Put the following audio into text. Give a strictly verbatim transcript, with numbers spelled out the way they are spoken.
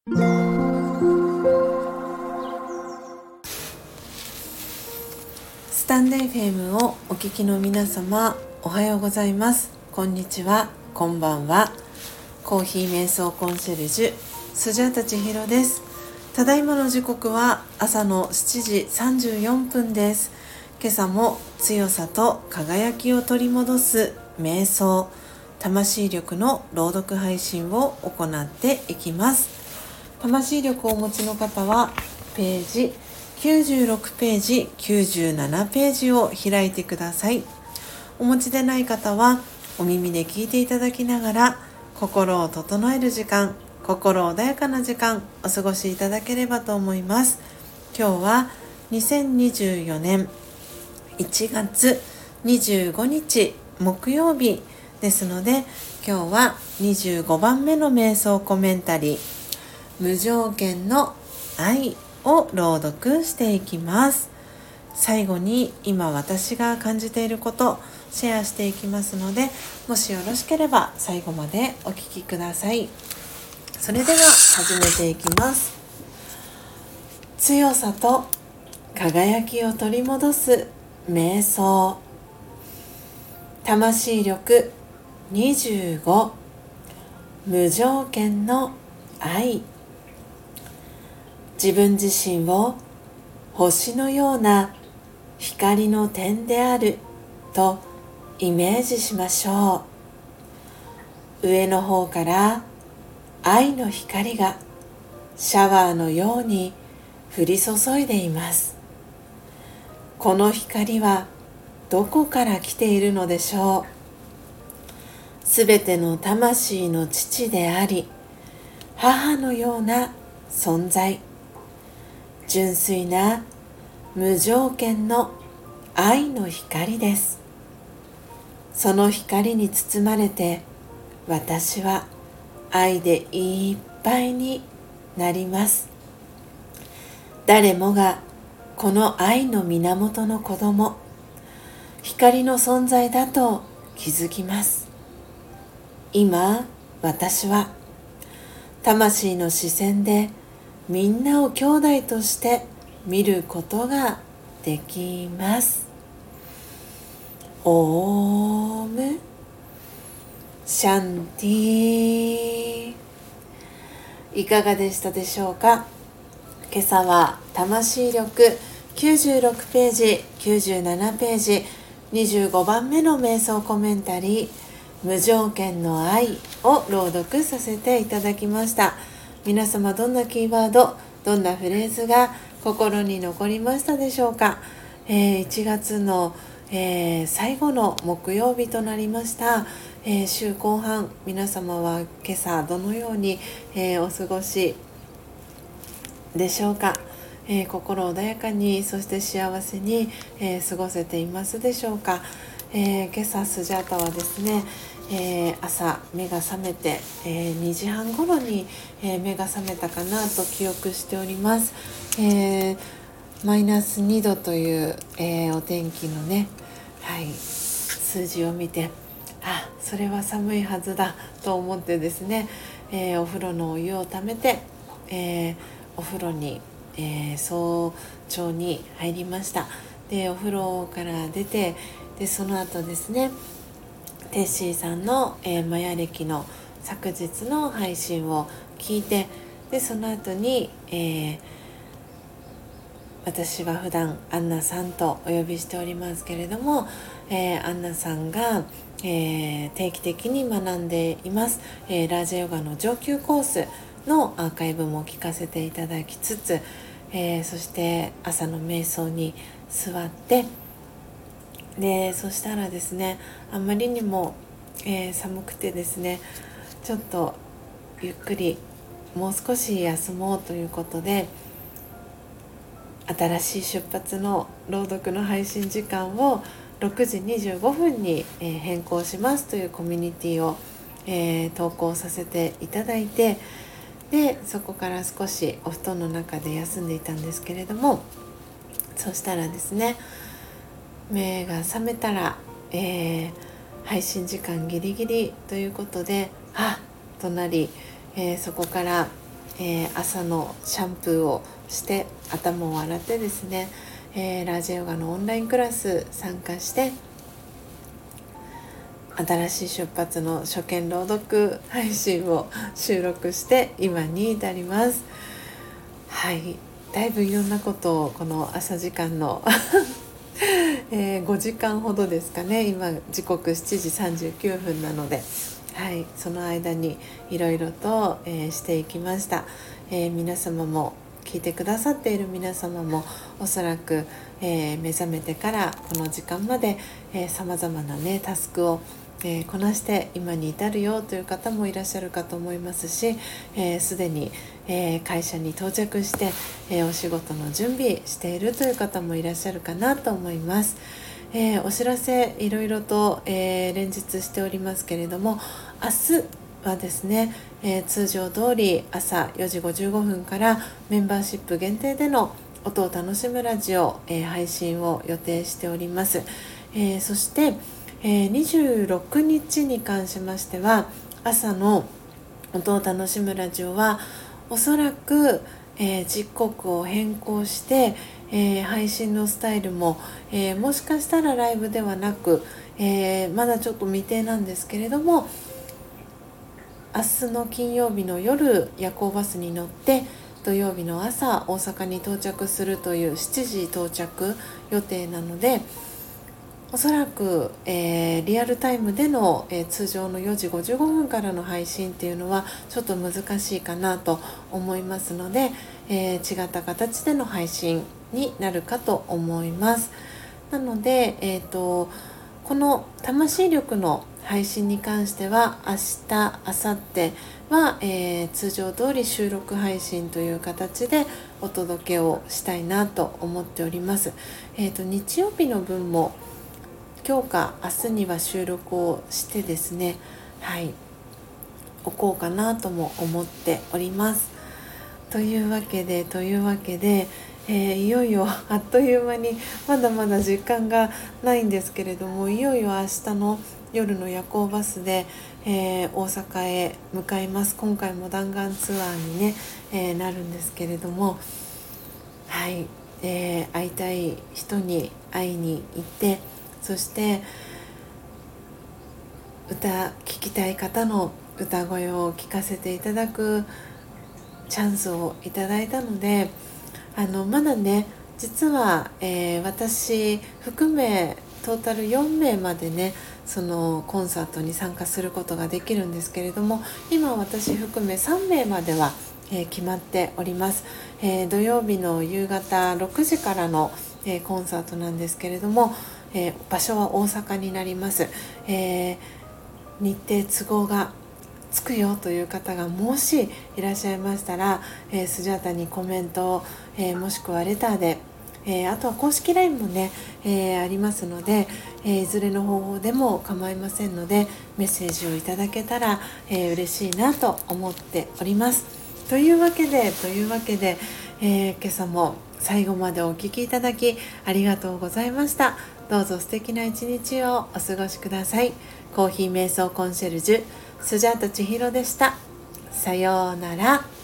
スタンド エフエム をお聞きの皆様、おはようございます。こんにちは、こんばんは。コーヒー瞑想コンシェルジュスジャータ千尋です。ただいまの時刻は朝のしちじさんじゅうよんぷんです。今朝も強さと輝きを取り戻す瞑想、魂力の朗読配信を行っていきます。魂力をお持ちの方はページきゅうじゅうろくページ、きゅうじゅうななページを開いてください。お持ちでない方はお耳で聞いていただきながら、心を整える時間、心穏やかな時間お過ごしいただければと思います。今日はにせんにじゅうよねんいちがつにじゅうごにち木曜日ですので、今日はにじゅうごばんめの瞑想コメンタリー、無条件の愛を朗読していきます。最後に今私が感じていることシェアしていきますので、もしよろしければ最後までお聞きください。それでは始めていきます。強さと輝きを取り戻す瞑想、魂力にじゅうご、無条件の愛。自分自身を星のような光の点であるとイメージしましょう。上の方から愛の光がシャワーのように降り注いでいます。この光はどこから来ているのでしょう。すべての魂の父であり、母のような存在。純粋な無条件の愛の光です。その光に包まれて、私は愛でいっぱいになります。誰もがこの愛の源の子供、光の存在だと気づきます。今、私は魂の視線でみんなを兄弟として見ることができます。オームシャンティ。いかがでしたでしょうか。今朝は魂力きゅうじゅうろくページ、きゅうじゅうななページ、にじゅうごばんめの瞑想コメンタリー、無条件の愛を朗読させていただきました。皆様、どんなキーワード、どんなフレーズが心に残りましたでしょうか。えー、いちがつの、えー、最後の木曜日となりました。えー、週後半、皆様は今朝どのように、えー、お過ごしでしょうか。えー、心穏やかに、そして幸せに、えー、過ごせていますでしょうか。えー、今朝スジャータはですね、えー、朝目が覚めて、えー、にじはん頃に、えー、目が覚めたかなと記憶しております。えー、マイナスにどという、えー、お天気のね、はい、数字を見て、あ、それは寒いはずだと思ってですね、えー、お風呂のお湯をためて、えー、お風呂に、えー、早朝に入りました。で、お風呂から出て、でその後ですね、テッシーさんの、えー、マヤ暦の昨日の配信を聞いて、でその後に、えー、私は普段アンナさんとお呼びしておりますけれども、えー、アンナさんが、えー、定期的に学んでいます、えー、ラージャヨガの上級コースのアーカイブも聞かせていただきつつ、えー、そして朝の瞑想に座って、でそしたらですね、あまりにも、えー、寒くてですね、ちょっとゆっくりもう少し休もうということで、新しい出発の朗読の配信時間をろくじにじゅうごふんに、えー、変更しますというコミュニティを、えー、投稿させていただいて、でそこから少しお布団の中で休んでいたんですけれども、そしたらですね、目が覚めたら、えー、配信時間ギリギリということで、あっとなり、えー、そこからえー、朝のシャンプーをして頭を洗ってですね、えー、ラージャヨガのオンラインクラス参加して、新しい出発の初見朗読配信を収録して今に至ります。はい、だいぶいろんなことをこの朝時間のえー、ごじかんほどですかね。今時刻しちじさんじゅうきゅうふんなので、はい、その間にいろいろと、えー、していきました。えー、皆様も聞いてくださっている皆様もおそらく、えー、目覚めてからこの時間までさまざまなねタスクをえー、こなして今に至るよという方もいらっしゃるかと思いますし、す、えー、でに、えー、会社に到着して、えー、お仕事の準備しているという方もいらっしゃるかなと思います。えー、お知らせいろいろと、えー、連日しておりますけれども、明日はですね、えー、通常通り朝よじごじゅうごふんからメンバーシップ限定での音を楽しむラジオ、えー、配信を予定しております。えー、そしてえー、にじゅうろくにちに関しましては、朝の音を楽しむラジオはおそらく、えー、時刻を変更して、えー、配信のスタイルも、えー、もしかしたらライブではなく、えー、まだちょっと未定なんですけれども、明日の金曜日の夜夜行バスに乗って土曜日の朝大阪に到着するというしちじ到着予定なので、おそらく、えー、リアルタイムでの、えー、通常のよじごじゅうごふんからの配信っていうのはちょっと難しいかなと思いますので、えー、違った形での配信になるかと思います。なので、えーと、この魂力の配信に関しては明日、明後日は、えー、通常通り収録配信という形でお届けをしたいなと思っております。えーと、日曜日の分も今日か明日には収録をしてですね、はいおこうかなとも思っております。というわけでというわけで、えー、いよいよあっという間にまだまだ時間がないんですけれども、いよいよ明日の夜の夜行バスで、えー、大阪へ向かいます。今回も弾丸ツアーに、ねえー、なるんですけれども、はい、えー、会いたい人に会いに行って、そして歌聴きたい方の歌声を聴かせていただくチャンスをいただいたので、あのまだね実は、えー、私含めトータルよんめいまでねそのコンサートに参加することができるんですけれども、今私含めさんめいまでは、えー、決まっております。えー、土曜日の夕方ろくじからの、えー、コンサートなんですけれども、えー、場所は大阪になります。えー、日程都合がつくよという方がもしいらっしゃいましたら、えー、スジャータにコメント、えー、もしくはレターで、えー、あとは公式 ライン もね、えー、ありますので、えー、いずれの方法でも構いませんのでメッセージをいただけたら、えー、嬉しいなと思っております。というわけでというわけで、えー、今朝も最後までお聞きいただきありがとうございました。どうぞ素敵な一日をお過ごしください。コーヒー瞑想コンシェルジュスジャータ千尋でした。さようなら。